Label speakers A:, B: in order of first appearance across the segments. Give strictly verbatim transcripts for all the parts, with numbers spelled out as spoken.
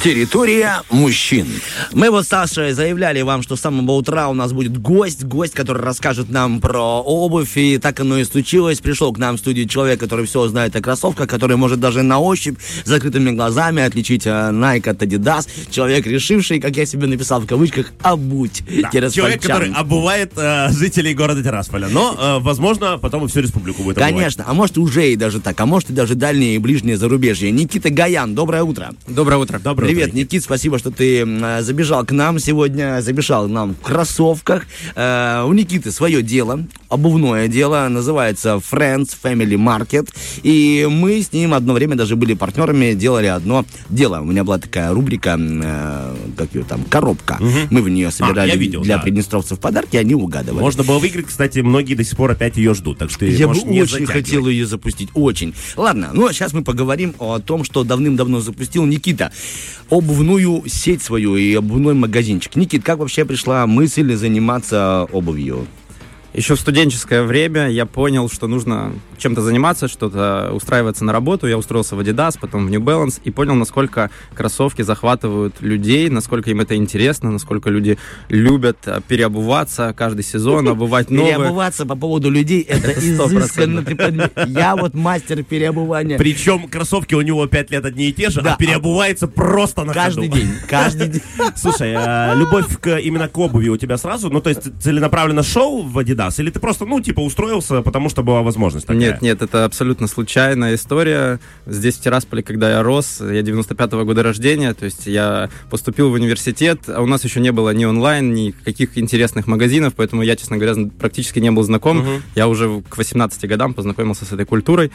A: Территория мужчин.
B: Мы вот с Сашей заявляли вам, что с самого утра у нас будет гость, гость, который расскажет нам про обувь, и так оно и случилось. Пришел к нам в студию человек, который все знает о кроссовках, который может даже на ощупь, с закрытыми глазами отличить Nike от Adidas. Человек, решивший, как я себе написал в кавычках, обуть.
C: Да. Человек, который обувает э, жителей города Тирасполя. Но, э, возможно, потом и всю республику будет обувать.
B: Конечно, а может уже и даже так, а может и даже дальние и ближние зарубежья. Никита Гаян, доброе утро.
D: Доброе утро.
C: Доброе
B: Привет,
C: утро,
B: Никит, спасибо, что ты э, забежал к нам сегодня, забежал к нам в кроссовках. Э, у Никиты свое дело, обувное дело, называется Friends Family Market. И мы с ним одно время даже были партнерами, делали одно дело. У меня была такая рубрика, э, как ее там, коробка. Угу. Мы в нее собирали а, видел, для да. приднестровцев подарки, они угадывали.
C: Можно было выиграть, кстати, многие до сих пор опять ее ждут, так что
B: я бы
C: не
B: очень хотел ее запустить, очень. Ладно, ну а сейчас мы поговорим о том, что давным-давно запустил Никита. Обувную сеть свою и обувной магазинчик. Никит, как вообще пришла мысль заниматься обувью?
D: Еще в студенческое время я понял, что нужно чем-то заниматься, что-то устраиваться на работу. Я устроился в Adidas, потом в New Balance и понял, насколько кроссовки захватывают людей, насколько им это интересно, насколько люди любят переобуваться каждый сезон, обувать новые.
B: Переобуваться по поводу людей — это изысканно. Я вот мастер переобувания.
C: Причем кроссовки у него пять лет одни и те же, а переобувается просто на ходу.
B: Каждый день, каждый день.
C: Слушай, любовь именно к обуви у тебя сразу? Ну, то есть целенаправленно шел в Adidas? Или ты просто, ну, типа, устроился, потому что была возможность такая?
D: Нет, нет, это абсолютно случайная история. Здесь, в Тирасполе, когда я рос, я девяносто пятого года рождения, то есть я поступил в университет, а у нас еще не было ни онлайн, ни каких интересных магазинов, поэтому я, честно говоря, практически не был знаком. Uh-huh. Я уже к восемнадцати годам познакомился с этой культурой,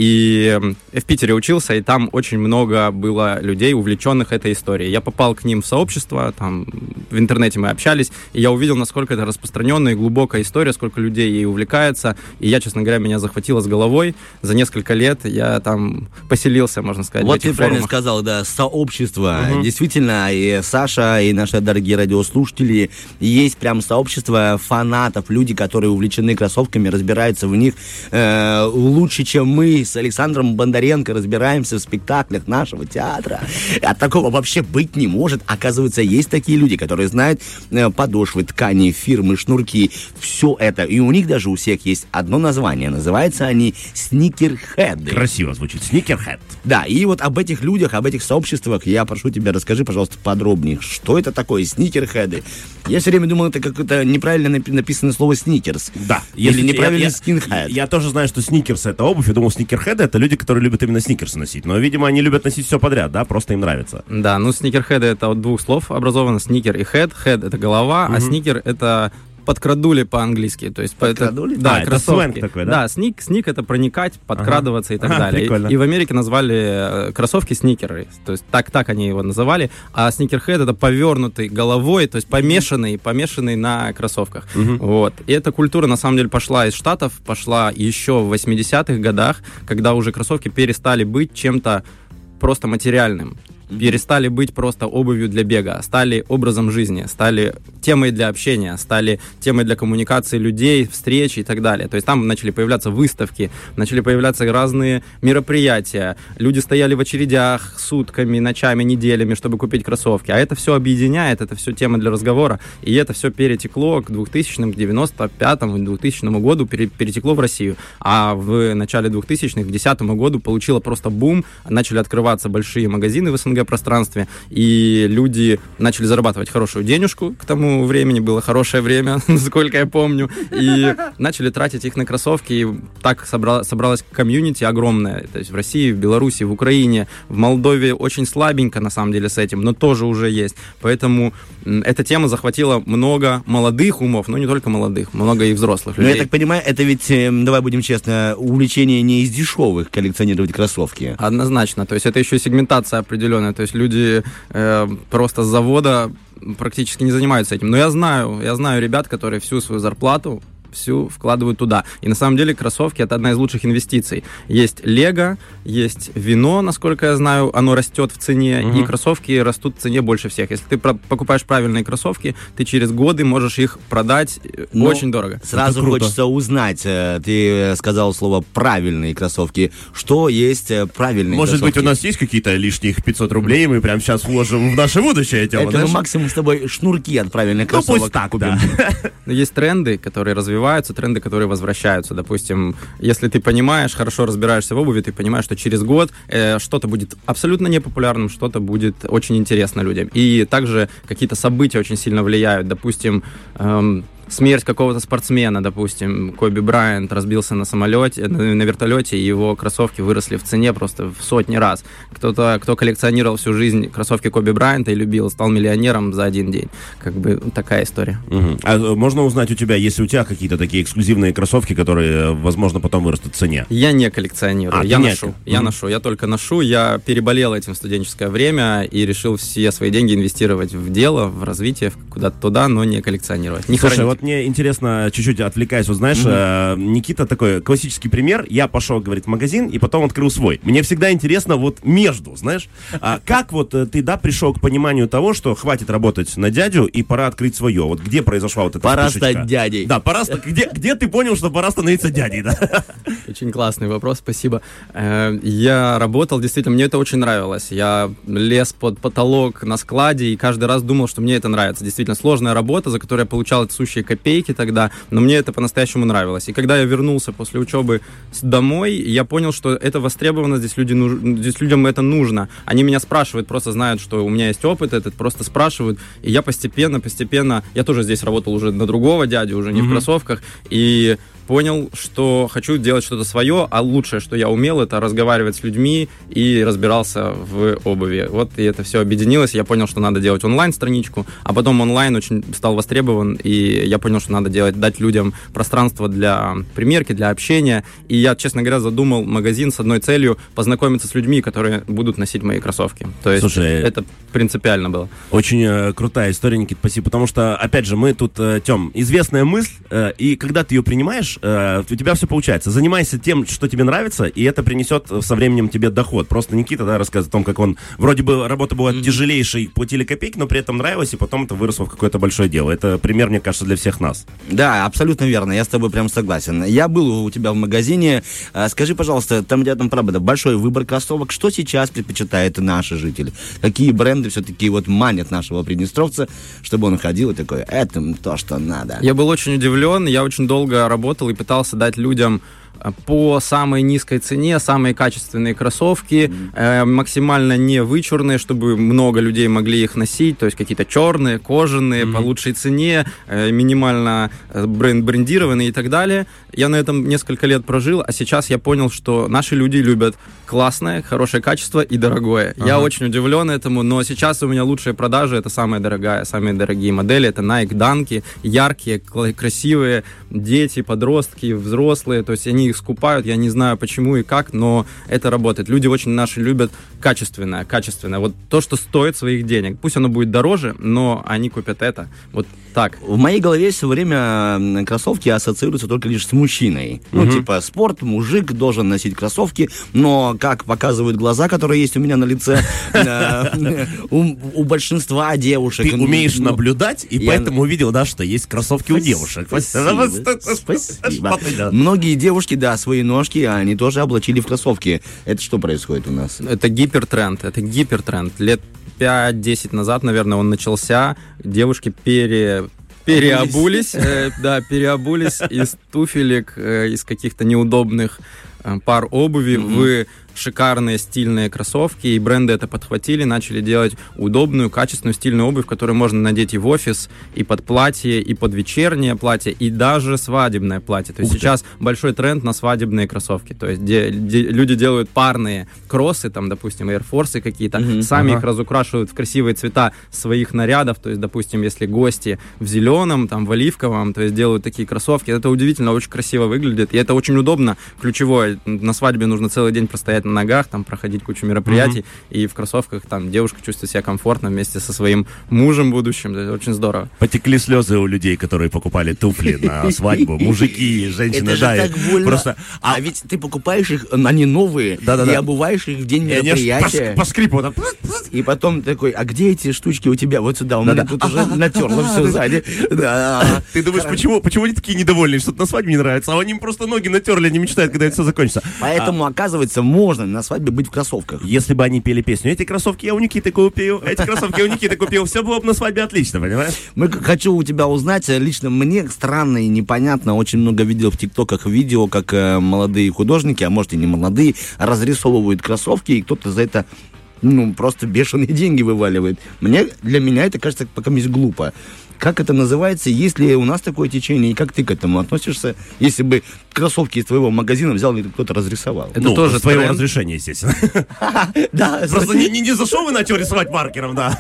D: и в Питере учился, и там очень много было людей, увлеченных этой историей. Я попал к ним в сообщество, там в интернете мы общались, и я увидел, насколько это распространенная и глубокая история, сколько людей ей увлекается, и я, честно говоря, меня захватило с головой. За несколько лет я там поселился, можно сказать,
B: вот
D: в этих
B: ты правильно
D: форумах.
B: Сказал, да, сообщество.
D: Угу.
B: Действительно, и Саша, и наши дорогие радиослушатели, есть прям сообщество фанатов, люди, которые увлечены кроссовками, разбираются в них э, лучше, чем мы с Александром Бондаренко разбираемся в спектаклях нашего театра. От такого вообще быть не может. Оказывается, есть такие люди, которые знают э, подошвы, ткани, фирмы, шнурки, все это. И у них даже у всех есть одно название. Называются они сникерхеды.
C: Красиво звучит. Сникерхед.
B: Да, и вот об этих людях, об этих сообществах я прошу тебя, расскажи, пожалуйста, подробнее. Что это такое, сникерхеды? Я все время думал, это какое-то неправильно написанное слово сникерс.
C: Да.
B: Или неправильный
C: я,
B: скинхед.
C: Я, я тоже знаю, что сникерс — это обувь. Я думал, сникерхеды — это люди, которые любят именно сникерсы носить. Но, видимо, они любят носить все подряд, да? Просто им нравится.
D: Да, ну сникерхеды — это от двух слов образовано. Сникер и хед. Хед — это голова, угу. а сникер — это... подкрадули по-английски, то есть
B: подкрадули?
D: Это, да,
C: а, это сленг такой, да?
D: Да, сник, сник это проникать, подкрадываться ага. и так
C: ага,
D: далее.
C: Прикольно.
D: И, и в Америке назвали кроссовки сникеры, то есть так, так они его называли, а сникерхед это повернутый головой, то есть помешанный, помешанный на кроссовках. Угу. Вот. И эта культура на самом деле пошла из Штатов, пошла еще в восьмидесятых годах, когда уже кроссовки перестали быть чем-то просто материальным. Перестали быть просто обувью для бега, стали образом жизни, стали темой для общения, стали темой для коммуникации людей, встреч и так далее. То есть там начали появляться выставки, начали появляться разные мероприятия. Люди стояли в очередях сутками, ночами, неделями, чтобы купить кроссовки. А это все объединяет, это все тема для разговора. И это все перетекло к двухтысячным, к девяносто пятому, двухтысячному году, перетекло в Россию. А в начале двухтысячных, к десятому году получило просто бум. Начали открываться большие магазины в СНГ пространстве, и люди начали зарабатывать хорошую денежку. К тому времени было хорошее время, насколько я помню, и начали тратить их на кроссовки, и так собралось, собралось комьюнити огромное. То есть в России, в Беларуси, в Украине, в Молдове очень слабенько, на самом деле, с этим, но тоже уже есть. Поэтому эта тема захватила много молодых умов, но не только молодых, много и взрослых людей.
B: Но я так понимаю, это ведь, давай будем честны, увлечение не из дешевых коллекционировать кроссовки.
D: Однозначно. То есть это еще и сегментация определенная. То есть люди э, просто с завода практически не занимаются этим. Но я знаю, я знаю ребят, которые всю свою зарплату всю вкладывают туда. И на самом деле кроссовки — это одна из лучших инвестиций. Есть Лего, есть вино, насколько я знаю, оно растет в цене, угу. и кроссовки растут в цене больше всех. Если ты про- покупаешь правильные кроссовки, ты через годы можешь их продать Но очень дорого.
B: Сразу хочется узнать, ты сказал слово «правильные кроссовки». Что есть правильные
C: Может
B: кроссовки?
C: быть, у нас есть какие-то лишних пятьсот рублей, и мы прямо сейчас вложим в наше будущее, Тёма,
B: Это
C: знаешь?
B: мы максимум с тобой шнурки от правильных
C: Ну,
B: кроссовок
C: пусть так,
B: купим.
C: да.
D: Есть тренды, которые развиваются, тренды, которые возвращаются. Допустим, если ты понимаешь, хорошо разбираешься в обуви, ты понимаешь, что через год э, что-то будет абсолютно непопулярным, что-то будет очень интересно людям. И также какие-то события очень сильно влияют. Допустим, эм, смерть какого-то спортсмена, допустим, Коби Брайант разбился на самолете, на вертолете, и его кроссовки выросли в цене просто в сотни раз. Кто-то, кто коллекционировал всю жизнь кроссовки Коби Брайанта и любил, стал миллионером за один день. Как бы такая история.
C: Угу. А можно узнать у тебя, есть ли у тебя какие-то такие эксклюзивные кроссовки, которые, возможно, потом вырастут в цене?
D: Я не коллекционирую,
C: А,
D: я
C: не
D: ношу.
C: это.
D: Я
C: Угу.
D: ношу, я только ношу. Я переболел этим в студенческое время и решил все свои деньги инвестировать в дело, в развитие, куда-то туда, но не коллекционировать. Не
C: Слушай,
D: хранить.
C: вот мне интересно, чуть-чуть отвлекаясь, вот знаешь,
B: Mm-hmm.
C: э, Никита такой классический пример. Я пошел, говорит, в магазин и потом открыл свой. Мне всегда интересно вот между, знаешь, а как вот э, ты, да, пришел к пониманию того, что хватит работать на дядю и пора открыть свое? Вот где произошла вот эта
B: Пора
C: вспышечка?
B: стать дядей.
C: Да, пора ста- где, где ты понял, что пора становиться дядей, да?
D: Очень классный вопрос, спасибо. Э, Я работал, действительно, мне это очень нравилось. Я лез под потолок на складе и каждый раз думал, что мне это нравится. Действительно, сложная работа, за которую я получал сущие копейки тогда, но мне это по-настоящему нравилось. И когда я вернулся после учебы домой, я понял, что это востребовано, здесь, люди, нуж- здесь людям это нужно. Они меня спрашивают, просто знают, что у меня есть опыт этот, просто спрашивают. И я постепенно, постепенно, я тоже здесь работал уже на другого дядю, уже не mm-hmm. в кроссовках, и понял, что хочу делать что-то свое, а лучшее, что я умел, это разговаривать с людьми и разбирался в обуви. Вот и это все объединилось, я понял, что надо делать онлайн-страничку, а потом онлайн очень стал востребован, и я понял, что надо делать, дать людям пространство для примерки, для общения, и я, честно говоря, задумал магазин с одной целью — познакомиться с людьми, которые будут носить мои кроссовки. То есть
C: Слушай,
D: это принципиально было.
C: Очень э, крутая история, Никит, спасибо, потому что, опять же, мы тут, э, Тём, известная мысль, э, и когда ты ее принимаешь, у тебя все получается. Занимайся тем, что тебе нравится, и это принесет со временем тебе доход. Просто Никита, да, рассказывает о том, как он... Вроде бы работа была mm-hmm. тяжелейшей, платили копейки, но при этом нравилось, и потом это выросло в какое-то большое дело. Это пример, мне кажется, для всех нас.
B: Да, абсолютно верно, я с тобой прям согласен. Я был у тебя в магазине. Скажи, пожалуйста, там рядом, правда, большой выбор кроссовок. Что сейчас предпочитают наши жители? Какие бренды все-таки вот манят нашего приднестровца, чтобы он ходил и такой, это то, что надо?
D: Я был очень удивлен, я очень долго работал и пытался дать людям по самой низкой цене самые качественные кроссовки, mm-hmm. э, максимально не вычурные, чтобы много людей могли их носить, то есть какие-то черные, кожаные, mm-hmm. по лучшей цене, э, минимально бренд брендированные и так далее. Я на этом несколько лет прожил, а сейчас я понял, что наши люди любят классное, хорошее качество и дорогое. Uh-huh. Я очень удивлен этому, но сейчас у меня лучшие продажи, это самая дорогая, самые дорогие модели, это Nike Dunk, яркие, красивые, дети, подростки, взрослые, то есть они их скупают, я не знаю почему и как, но это работает. Люди очень наши любят качественное, качественное, вот то, что стоит своих денег. Пусть оно будет дороже, но они купят это. Вот так.
B: В моей голове все время кроссовки ассоциируются только лишь с мужчиной. Ну,
C: Угу.
B: типа, спорт, мужик должен носить кроссовки, но, как показывают глаза, которые есть у меня на лице, у большинства девушек...
C: Ты умеешь наблюдать, и поэтому увидел, да, что есть кроссовки у девушек.
B: Спасибо. Многие девушки, да, свои ножки, они тоже облачили в кроссовки. Это что происходит у нас?
D: Это гипертренд, это гипертренд. Лет пять-десять назад, наверное, он начался. Девушки пере... переобулись, э, да, переобулись из туфелек, э, из каких-то неудобных э, пар обуви mm-hmm. в шикарные стильные кроссовки, и бренды это подхватили, начали делать удобную, качественную, стильную обувь, которую можно надеть и в офис, и под платье, и под вечернее платье, и даже свадебное платье. То есть Ух сейчас ты. большой тренд на свадебные кроссовки. То есть де, де, люди делают парные кроссы, там, допустим, Air Force какие-то, mm-hmm. сами ага. их разукрашивают в красивые цвета своих нарядов. То есть, допустим, если гости в зеленом, там, в оливковом, то есть делают такие кроссовки. Это удивительно, очень красиво выглядит, и это очень удобно. Ключевое, на свадьбе нужно целый день простоять стоять на ногах, там проходить кучу мероприятий, mm-hmm. и в кроссовках там девушка чувствует себя комфортно вместе со своим мужем будущим. Это очень здорово.
C: Потекли слезы у людей, которые покупали туфли на свадьбу. Мужики, женщины,
B: это
C: да.
B: же так больно. Просто... А, а ведь ты покупаешь их, они новые, Да-да-да. и обуваешь их в день мероприятия.
C: По, по скрипу. Да.
B: И потом такой, а где эти штучки у тебя? Вот сюда, у меня тут уже натерло все сзади.
C: Ты думаешь, почему, почему они такие недовольные, что-то на свадьбе не нравится, а они просто ноги натерли, они мечтают, когда это все закончится.
B: Поэтому, оказывается, можно на свадьбе быть в кроссовках.
C: Если бы они пели песню, эти кроссовки я у Никиты купил, эти кроссовки я у Никиты купил, все было бы на свадьбе отлично, понимаешь?
B: Мы, хочу у тебя узнать, лично мне странно и непонятно, очень много видел в ТикТоках видео, как э, молодые художники, а может и не молодые, разрисовывают кроссовки, и кто-то за это, ну, просто бешеные деньги вываливает. Мне, для меня это кажется пока есть глупо. Как это называется, есть ли у нас такое течение, и как ты к этому относишься, если бы кроссовки из твоего магазина взял и кто-то разрисовал?
C: Это ну, тоже с твоего разрешения, естественно.
B: Да.
C: Просто не за что вы начали рисовать маркером, да.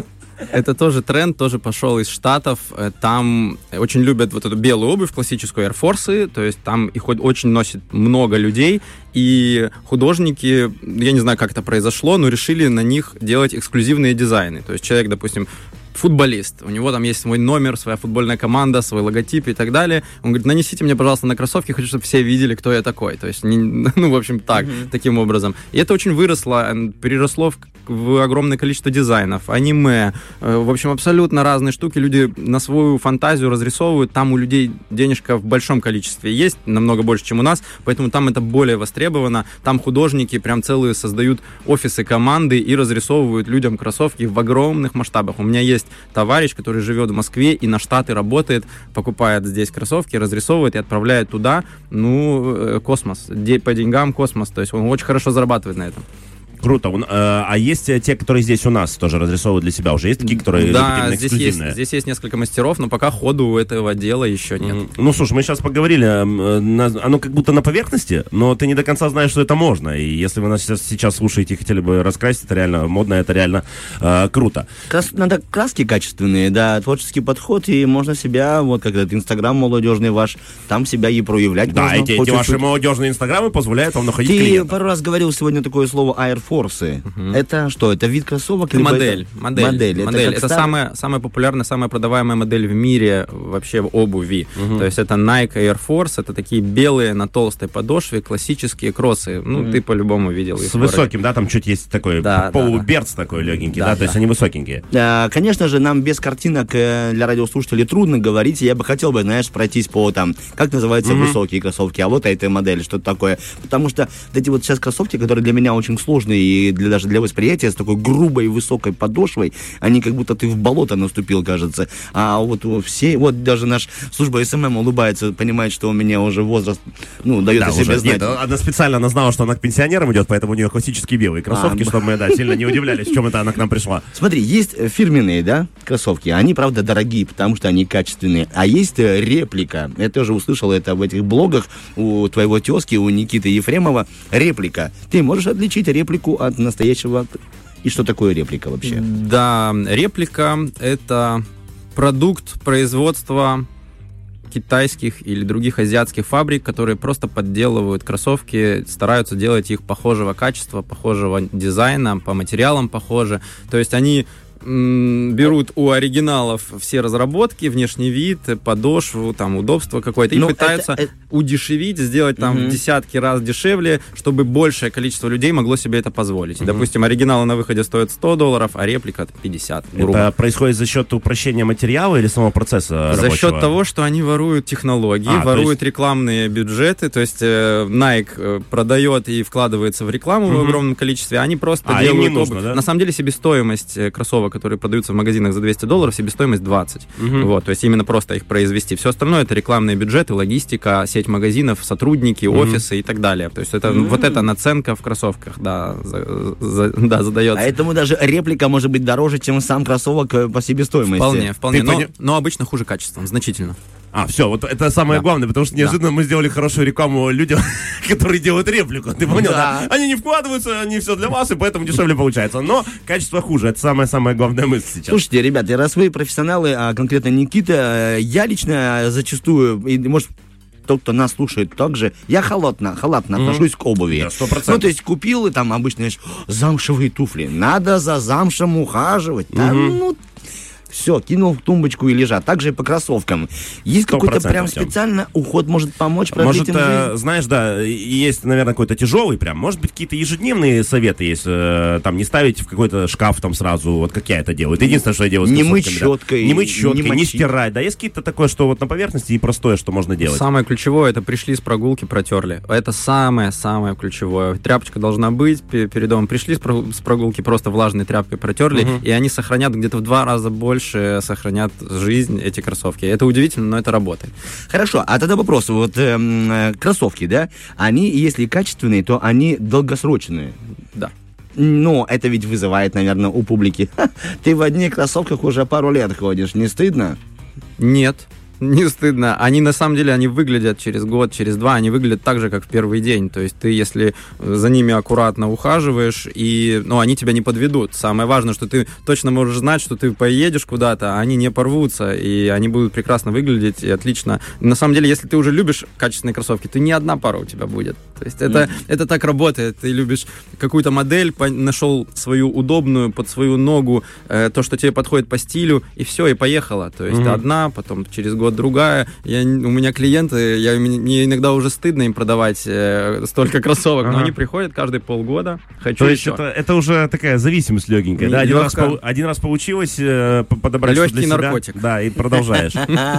D: Это тоже тренд, тоже пошел из Штатов. Там очень любят вот эту белую обувь, классическую Air Force, то есть там их очень носит много людей, и художники, я не знаю, как это произошло, но решили на них делать эксклюзивные дизайны. То есть человек, допустим, футболист, у него там есть свой номер, своя футбольная команда, свой логотип и так далее. Он говорит, нанесите мне, пожалуйста, на кроссовки, хочу, чтобы все видели, кто я такой. То есть, не, ну, в общем, так, mm-hmm. таким образом. И это очень выросло, переросло в, в огромное количество дизайнов, аниме, э, в общем, абсолютно разные штуки. Люди на свою фантазию разрисовывают, там у людей денежка в большом количестве есть, намного больше, чем у нас, поэтому там это более востребовано. Там художники прям целые создают офисы, команды и разрисовывают людям кроссовки в огромных масштабах. У меня есть товарищ, который живет в Москве и на Штаты работает, покупает здесь кроссовки, разрисовывает и отправляет туда, ну, космос. По деньгам космос. То есть он очень хорошо зарабатывает на этом.
C: Круто. А есть те, которые здесь у нас тоже разрисовывают для себя? Уже есть такие, которые
D: да,
C: любят
D: здесь есть, здесь есть несколько мастеров, но пока ходу этого дела еще нет.
C: Mm-hmm. Ну, слушай, мы сейчас поговорили, оно как будто на поверхности, но ты не до конца знаешь, что это можно. И если вы нас сейчас, сейчас слушаете и хотели бы раскрасить, это реально модно, это реально э, круто.
B: Крас, надо краски качественные, да, творческий подход, и можно себя, вот как этот инстаграм молодежный ваш, там себя и проявлять.
C: Да,
B: можно,
C: эти, эти ваши молодежные инстаграмы позволяют вам находить
B: ты
C: клиентов.
B: Ты пару раз говорил сегодня такое слово Air Force. Uh-huh. Это что? Это вид кроссовок?
D: Это модель. Это... Модель.
B: Модель.
D: модель. Это, это стар... самая, самая популярная, самая продаваемая модель в мире вообще в обуви. Uh-huh. То есть это Nike Air Force, это такие белые на толстой подошве классические кроссы. Ну, uh-huh. ты по-любому видел их.
C: С высоким, да? Там чуть есть такой да, полуберц да, такой легенький, да, да? да? То есть они высокенькие.
B: Да, конечно же, нам без картинок для радиослушателей трудно говорить. Я бы хотел бы, знаешь, пройтись по там, как называются uh-huh. высокие кроссовки, а вот эта модель, что-то такое. Потому что эти вот сейчас кроссовки, которые для меня очень сложные и для, даже для восприятия, с такой грубой высокой подошвой, они как будто ты в болото наступил, кажется. А вот все, вот даже наша служба эс эм эм улыбается, понимает, что у меня уже возраст, ну, дает да, о себе
C: уже,
B: знать.
C: Нет, она специально, она знала, что она к пенсионерам идет, поэтому у нее классические белые кроссовки, а, чтобы мы, да, сильно не удивлялись, в чем это она к нам пришла.
B: Смотри, есть фирменные, да, кроссовки, они, правда, дорогие, потому что они качественные, а есть реплика. Я тоже услышал это в этих блогах у твоего тезки, у Никиты Ефремова, реплика. Ты можешь отличить реплику от настоящего? И что такое реплика вообще?
D: Да, реплика — это продукт производства китайских или других азиатских фабрик, которые просто подделывают кроссовки, стараются делать их похожего качества, похожего дизайна, по материалам похожи. То есть они берут у оригиналов все разработки, внешний вид, подошву, там, удобство какое-то, и ну, пытаются это, это... удешевить, сделать там угу. в десятки раз дешевле, чтобы большее количество людей могло себе это позволить. Угу. И, допустим, оригиналы на выходе стоят сто долларов, а реплика пятьдесят. Грубо.
C: Это происходит за счет упрощения материала или самого процесса
D: За
C: рабочего?
D: счет того, что они воруют технологии, а, воруют есть... рекламные бюджеты, то есть э, Nike э, продает и вкладывается в рекламу угу. в огромном количестве, они просто а, делают... Нужно, об... да? На самом деле себестоимость кроссовок, которые продаются в магазинах за двести долларов, себестоимость двадцать. Uh-huh. Вот, то есть именно просто их произвести. Все остальное — это рекламные бюджеты, логистика, сеть магазинов, сотрудники, uh-huh. офисы и так далее. То есть это uh-huh. вот эта наценка в кроссовках, да, за, за, да, задается.
B: Поэтому даже реплика может быть дороже, чем сам кроссовок по себестоимости.
D: Вполне, вполне. Но, но обычно хуже качеством, значительно.
C: А, все, вот это самое да. главное, потому что неожиданно да. мы сделали хорошую рекламу людям, которые делают реплику. Ты понял, да. да? Они не вкладываются, они все для вас, и поэтому дешевле получается. Но качество хуже, это самая-самая главная мысль сейчас.
B: Слушайте, ребята, раз вы профессионалы, а конкретно Никита, я лично зачастую, и, может, тот, кто нас слушает, также я халатно, халатно mm-hmm. отношусь к обуви.
C: Да, сто процентов.
B: Ну, то есть купил и там обычно, знаешь, замшевые туфли. Надо за замшем ухаживать. Mm-hmm. Да, ну, все, кинул в тумбочку и лежат. Также и по кроссовкам. Есть какой-то прям специально уход может помочь продлить им жизнь?
C: Знаешь, да, есть, наверное, какой-то тяжелый прям. Может быть, какие-то ежедневные советы есть. Э, там, не ставить в какой-то шкаф там сразу, вот как я это делаю. Это единственное, что я делаю с
B: не
C: кроссовками.
B: Мыть щеткой,
C: да. Не мыть щеткой,
B: не,
C: не стирать. Да, есть какие-то такое, что вот на поверхности и простое, что можно делать.
D: Самое ключевое, это пришли с прогулки, протерли. Это самое-самое ключевое. Тряпочка должна быть перед домом. Пришли с прогулки, просто влажной тряпкой протерли, угу. и они сохранят где-то в два раза больше, сохранят жизнь эти кроссовки. Это удивительно, но это работает.
B: Хорошо, а тогда вопрос. Вот э, кроссовки, да, они, если качественные, то они долгосрочные.
D: Да.
B: Но это ведь вызывает, наверное, у публики. Ха, ты в одних кроссовках уже пару лет ходишь, не стыдно?
D: Нет. Не стыдно. Они, на самом деле, они выглядят через год, через два, они выглядят так же, как в первый день. То есть ты, если за ними аккуратно ухаживаешь, и, ну, они тебя не подведут. Самое важное, что ты точно можешь знать, что ты поедешь куда-то, а они не порвутся, и они будут прекрасно выглядеть, и отлично. На самом деле, если ты уже любишь качественные кроссовки, то ни одна пара у тебя будет. То есть это, mm-hmm. это так работает. Ты любишь какую-то модель, нашел свою удобную, под свою ногу, э, то, что тебе подходит по стилю, и все, и поехала. То есть mm-hmm. одна, потом через год другая. Я, у меня клиенты, я, мне иногда уже стыдно им продавать э, столько кроссовок, ага. но они приходят каждые полгода. Хочу
C: То есть
D: еще.
C: Это, это уже такая зависимость легенькая. Да? Один, раз, один раз получилось э, подобрать что-то для себя. Легкий наркотик. Да, и продолжаешь.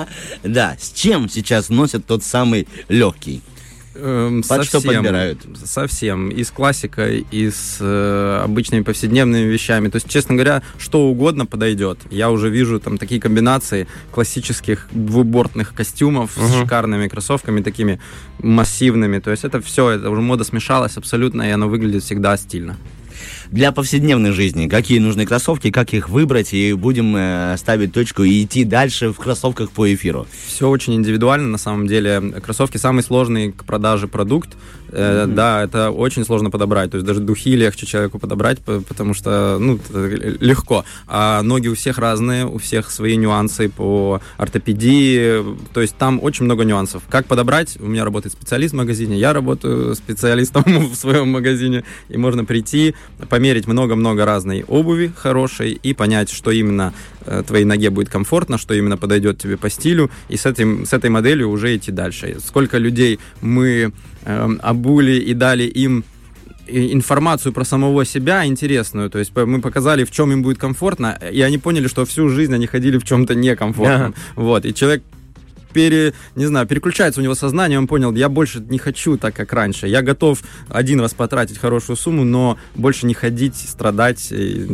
B: Да, с чем сейчас носят тот самый легкий?
D: Эм, Под совсем, что подбирают? Совсем. И с классикой, и с э, обычными повседневными вещами. То есть, честно говоря, что угодно подойдет. Я уже вижу там такие комбинации классических двубортных костюмов uh-huh. с шикарными кроссовками, такими массивными. То есть это все, это уже мода смешалась абсолютно, и оно выглядит всегда стильно.
B: Для повседневной жизни какие нужны кроссовки, как их выбрать, и будем э, ставить точку и идти дальше в кроссовках по эфиру.
D: Все очень индивидуально, на самом деле. Кроссовки самый сложный к продаже продукт. Э, mm-hmm. Да, это очень сложно подобрать. То есть даже духи легче человеку подобрать, потому что, ну, легко. А ноги у всех разные, у всех свои нюансы по ортопедии. То есть там очень много нюансов. Как подобрать? У меня работает специалист в магазине, я работаю специалистом в своем магазине, и можно прийти, померить много-много разной обуви хорошей и понять, что именно э, твоей ноге будет комфортно, что именно подойдет тебе по стилю, и с, этим, с этой моделью уже идти дальше. Сколько людей мы э, обули и дали им информацию про самого себя интересную, то есть мы показали, в чем им будет комфортно, и они поняли, что всю жизнь они ходили в чем-то некомфортном. Yeah. Вот, и человек Пере, не знаю, переключается у него сознание, он понял, я больше не хочу так, как раньше. Я готов один раз потратить хорошую сумму, но больше не ходить, страдать.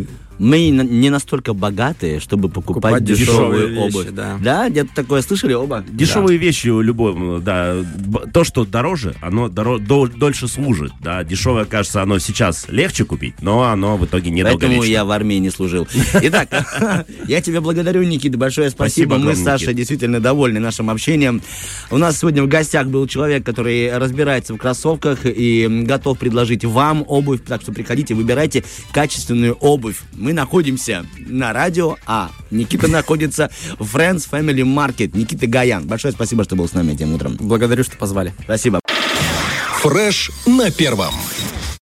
B: Мы не настолько богатые, чтобы покупать, покупать дешевую вещи, обувь. Да. да, где-то такое слышали оба?
C: Дешевые
B: да.
C: вещи у любого, да. То, что дороже, оно доро- дол- дольше служит. Да. Дешевое, кажется, оно сейчас легче купить, но оно в итоге недолговечно.
B: Поэтому я в армии не служил. Итак, я тебя благодарю, Никита, большое спасибо. Мы с Сашей действительно довольны нашим общением. У нас сегодня в гостях был человек, который разбирается в кроссовках и готов предложить вам обувь. Так что приходите, выбирайте качественную обувь. Мы находимся на радио, а Никита находится в Friends Family Market. Никита Гаян. Большое спасибо, что был с нами этим утром.
D: Благодарю, что позвали.
B: Спасибо.
E: Фреш на первом.